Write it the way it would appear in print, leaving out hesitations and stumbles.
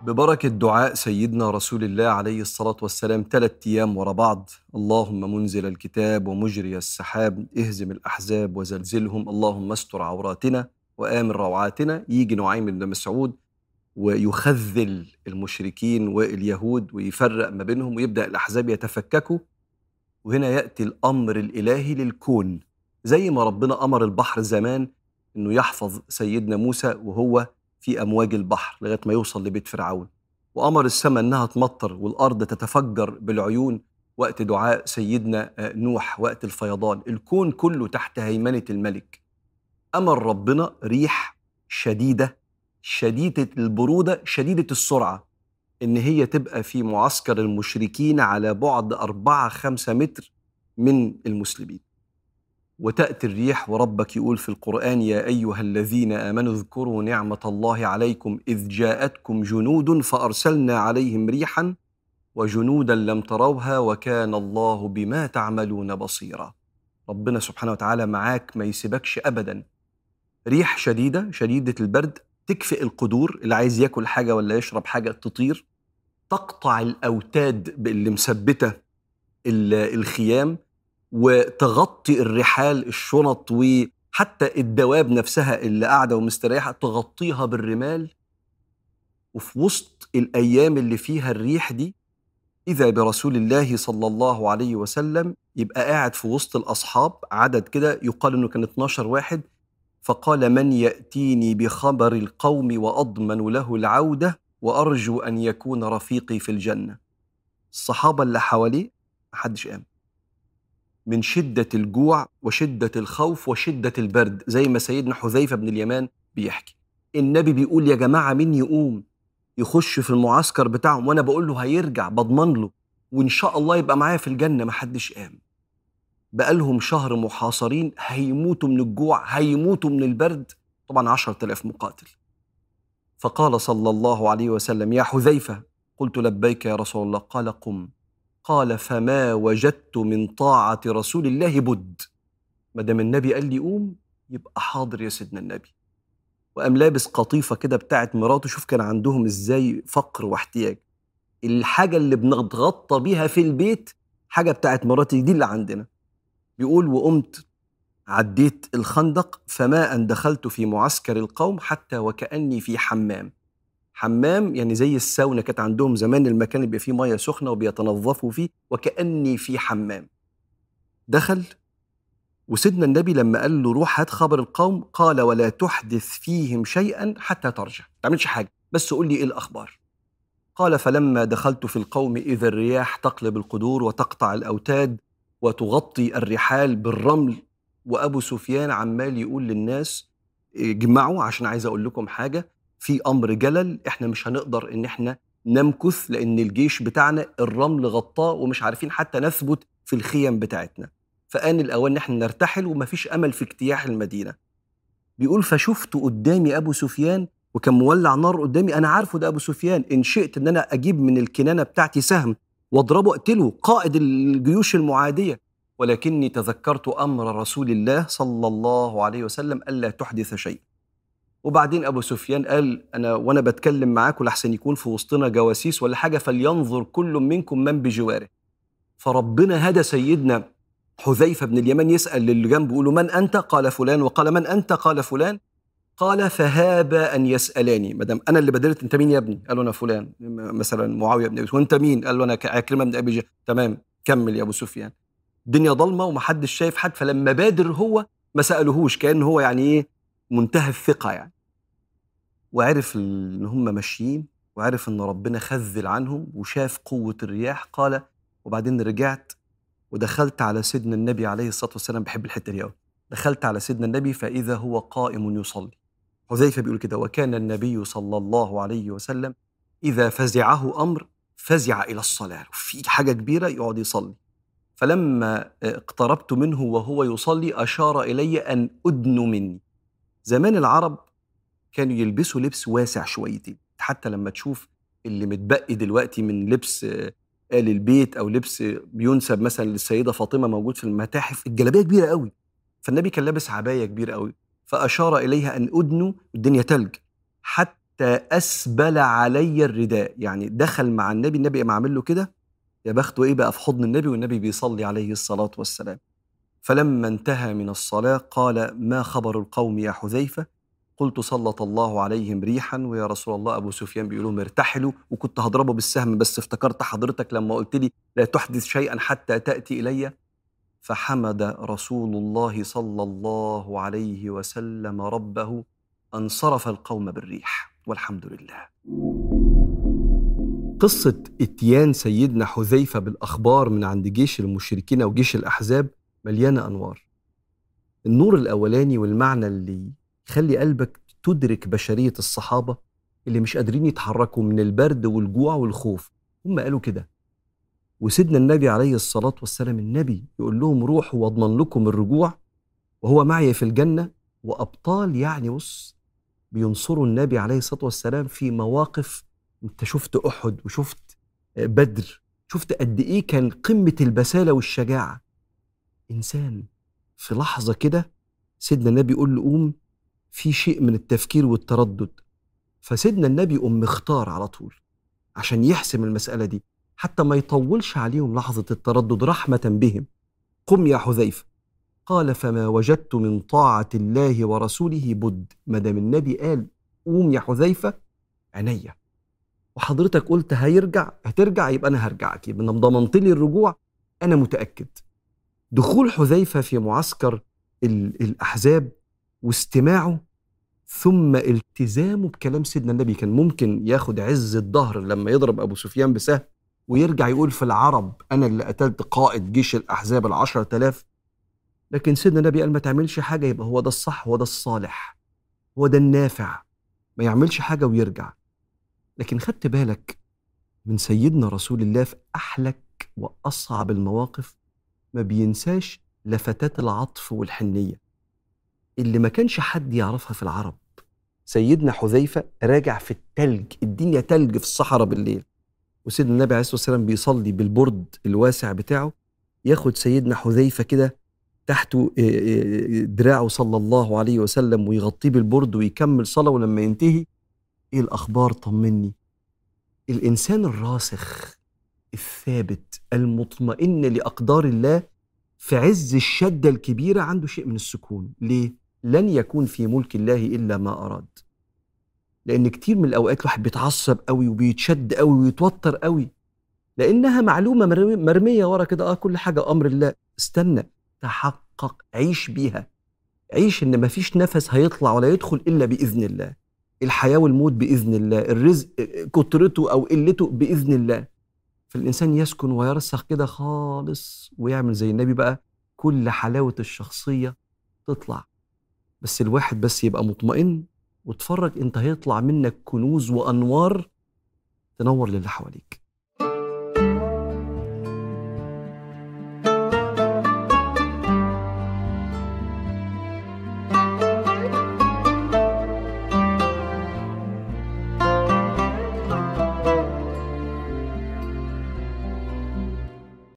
ببركة دعاء سيدنا رسول الله عليه الصلاة والسلام 3 أيام ورا بعض. اللهم منزل الكتاب ومجري السحاب اهزم الأحزاب وزلزلهم، اللهم استر عوراتنا وآمن روعاتنا. يجي نعيم بن مسعود ويخذل المشركين واليهود ويفرق ما بينهم ويبدأ الأحزاب يتفككوا. وهنا يأتي الأمر الإلهي للكون، زي ما ربنا أمر البحر زمان إنه يحفظ سيدنا موسى وهو في أمواج البحر لغاية ما يوصل لبيت فرعون، وأمر السماء إنها تمطر والأرض تتفجر بالعيون وقت دعاء سيدنا نوح وقت الفيضان. الكون كله تحت هيمنة الملك. أمر ربنا ريح شديدة شديدة البرودة شديدة السرعة إن هي تبقى في معسكر المشركين على بعد 4-5 متر من المسلمين. وتأتي الريح وربك يقول في القرآن: يا أيها الذين آمنوا اذكروا نعمة الله عليكم إذ جاءتكم جنود فأرسلنا عليهم ريحا وجنودا لم تروها وكان الله بما تعملون بصيرا. ربنا سبحانه وتعالى معاك، ما يسيبكش أبدا. ريح شديدة شديدة البرد تكفئ القدور، اللي عايز ياكل حاجة ولا يشرب حاجة تطير، تقطع الأوتاد اللي مثبتة الخيام، وتغطي الرحال الشنط وحتى الدواب نفسها اللي قاعدة ومستريحة تغطيها بالرمال. وفي وسط الأيام اللي فيها الريح دي إذا برسول الله صلى الله عليه وسلم يبقى قاعد في وسط الأصحاب، عدد كده يقال إنه كان 12 واحد، فقال: من يأتيني بخبر القوم وأضمن له العودة وأرجو أن يكون رفيقي في الجنة. الصحابة اللي حواليه محدش قام من شدة الجوع وشدة الخوف وشدة البرد، زي ما سيدنا حذيفة بن اليمان بيحكي. النبي بيقول: يا جماعة مين يقوم يخش في المعسكر بتاعهم وأنا بقول له هيرجع بضمن له وإن شاء الله يبقى معايا في الجنة. محدش قام. بقالهم شهر محاصرين، هيموتوا من الجوع هيموتوا من البرد، طبعا 10,000 مقاتل. فقال صلى الله عليه وسلم: يا حذيفة. قلت: لبيك يا رسول الله. قال: قم. قال: فما وجدت من طاعة رسول الله بد. ما دام النبي قال لي قوم يبقى حاضر يا سيدنا النبي. وقام لابس قطيفة كده بتاعت مراته. شوف كان عندهم ازاي فقر واحتياج. الحاجة اللي بنتغطى بيها في البيت حاجة بتاعت مراتي دي اللي عندنا. بيقول: وقمت عديت الخندق فما أن دخلت في معسكر القوم حتى وكأني في حمام. حمام يعني زي الساونا، كانت عندهم زمان المكان اللي بيبقى فيه مية سخنة وبيتنظفوا فيه، وكأني في حمام. دخل، وسيدنا النبي لما قال له روح هات خبر القوم قال: ولا تحدث فيهم شيئا حتى ترجع، ما تعملش حاجة بس قول لي إيه الأخبار. قال: فلما دخلت في القوم إذا الرياح تقلب القدور وتقطع الأوتاد وتغطي الرحال بالرمل، وأبو سفيان عمال يقول للناس: اجمعوا عشان عايز أقول لكم حاجة، في أمر جلل، إحنا مش هنقدر إن إحنا نمكث لأن الجيش بتاعنا الرمل غطاه ومش عارفين حتى نثبت في الخيم بتاعتنا، فآن الأوان إن إحنا نرتحل ومفيش أمل في اجتياح المدينة. بيقول: فشفت قدامي أبو سفيان وكان مولع نار قدامي، أنا عارفه ده أبو سفيان، إن شئت إن أنا أجيب من الكنانة بتاعتي سهم واضربه أقتله، قائد الجيوش المعادية، ولكني تذكرت أمر رسول الله صلى الله عليه وسلم ألا تحدث شيء. وبعدين أبو سفيان قال: وأنا بتكلم معاكم لحسن يكون في وسطنا جواسيس ولا حاجة، فلينظر كل منكم من بجواره. فربنا هدى سيدنا حذيفة بن اليمان يسأل للي جنبه يقول له: من أنت؟ قال: فلان. وقال: من أنت؟ قال: فلان. قال: فهاب أن يسألاني، مدام أنا اللي بدرت، أنت مين يا ابني؟ قال له: أنا فلان، مثلا معاوية بن أبي. وأنت مين؟ قال له: أنا عكرمة بن أبي جهل. تمام، كمل يا أبو سفيان. الدنيا ضلمة ومحدش شايف حد، فلما بادر هو ما سألهوش، كأن هو يعني إيه منتهى الثقة يعني. وعرف إن هم ماشيين وعرف إن ربنا خذل عنهم وشاف قوة الرياح. قال: وبعدين رجعت ودخلت على سيدنا النبي عليه الصلاة والسلام، بحب الحتة دي قوي، دخلت على سيدنا النبي فإذا هو قائم يصلي. حذيفة بيقول كده: وكان النبي صلى الله عليه وسلم إذا فزعه أمر فزع إلى الصلاة، في حاجة كبيرة يقعد يصلي. فلما اقتربت منه وهو يصلي أشار إلي أن أدنو مني. زمان العرب كانوا يلبسوا لبس واسع شويتين، حتى لما تشوف اللي متبقي دلوقتي من لبس آل البيت أو لبس بينسب مثلا للسيدة فاطمة موجود في المتاحف، الجلابية كبيرة قوي، فالنبي كان لابس عباية كبيرة قوي، فأشار إليها أن أدنو، الدنيا تلج، حتى حتى أسبل علي الرداء. يعني دخل مع النبي قام عامل له كده، يا بخته إيه بقى في حضن النبي والنبي بيصلي عليه الصلاة والسلام. فلما انتهى من الصلاة قال: ما خبر القوم يا حذيفة؟ قلت: سلط الله عليهم ريحا، ويا رسول الله أبو سفيان بيقول لهم ارتحلوا، وكنت هضربه بالسهم بس افتكرت حضرتك لما قلت لي لا تحدث شيئا حتى تأتي إلي. فحمد رسول الله صلى الله عليه وسلم ربه أن صرف القوم بالريح، والحمد لله. قصة اتيان سيدنا حذيفة بالأخبار من عند جيش المشركين أو جيش الأحزاب مليانة أنوار. النور الأولاني والمعنى اللي يخلي قلبك تدرك بشرية الصحابة اللي مش قادرين يتحركوا من البرد والجوع والخوف. هم قالوا كده، وسيدنا النبي عليه الصلاة والسلام النبي يقول لهم روحوا واضمن لكم الرجوع وهو معي في الجنة. وأبطال يعني بص بينصروا النبي عليه الصلاة والسلام في مواقف. انت شفت أحد وشفت بدر، شفت قد إيه كان قمة البسالة والشجاعة. إنسان في لحظة كده سيدنا النبي يقول له قوم، في شيء من التفكير والتردد، فسيدنا النبي يقوم مختار على طول عشان يحسم المسألة دي حتى ما يطولش عليهم لحظة التردد رحمة بهم. قم يا حذيفة. قال: فما وجدت من طاعة الله ورسوله بد. ما دام النبي قال قوم يا حذيفة، عينيا، وحضرتك قلت هترجع يبقى أنا هرجعك، يبقى أنا ضمنت لي الرجوع، أنا متأكد. دخول حذيفة في معسكر الأحزاب واستماعه ثم التزامه بكلام سيدنا النبي. كان ممكن ياخد عز الظهر لما يضرب أبو سفيان بسهم ويرجع يقول في العرب أنا اللي قتلت قائد جيش الأحزاب 10,000. لكن سيدنا النبي قال ما تعملش حاجة، يبقى هو ده الصح، هو ده الصالح، هو ده النافع، ما يعملش حاجة ويرجع. لكن خدت بالك من سيدنا رسول الله في أحلك وأصعب المواقف ما بينساش لفتات العطف والحنية اللي ما كانش حد يعرفها في العرب. سيدنا حذيفة راجع في التلج، الدنيا تلج في الصحراء بالليل، وسيدنا النبي عليه الصلاة والسلام بيصلي بالبرد الواسع بتاعه، ياخد سيدنا حذيفة كده تحته دراعه صلى الله عليه وسلم ويغطيه بالبرد ويكمل صلاة. ولما ينتهي: ايه الأخبار؟ طمني. الإنسان الراسخ الثابت المطمئن لأقدار الله في عز الشدة الكبيرة عنده شيء من السكون. ليه؟ لن يكون في ملك الله إلا ما أراد. لأن كتير من الأوقات الواحد بيتعصب قوي وبيتشد قوي ويتوتر قوي لأنها معلومة مرمية ورا كده، كل حاجة أمر الله. استنى، تحقق، عيش بيها، عيش إن مفيش نفس هيطلع ولا يدخل إلا بإذن الله، الحياة والموت بإذن الله، الرزق كترته أو قلته بإذن الله. فالإنسان يسكن ويرسخ كده خالص ويعمل زي النبي بقى، كل حلاوة الشخصية تطلع. بس الواحد بس يبقى مطمئن وتفرج انت هيطلع منك كنوز وأنوار تنور للي حواليك.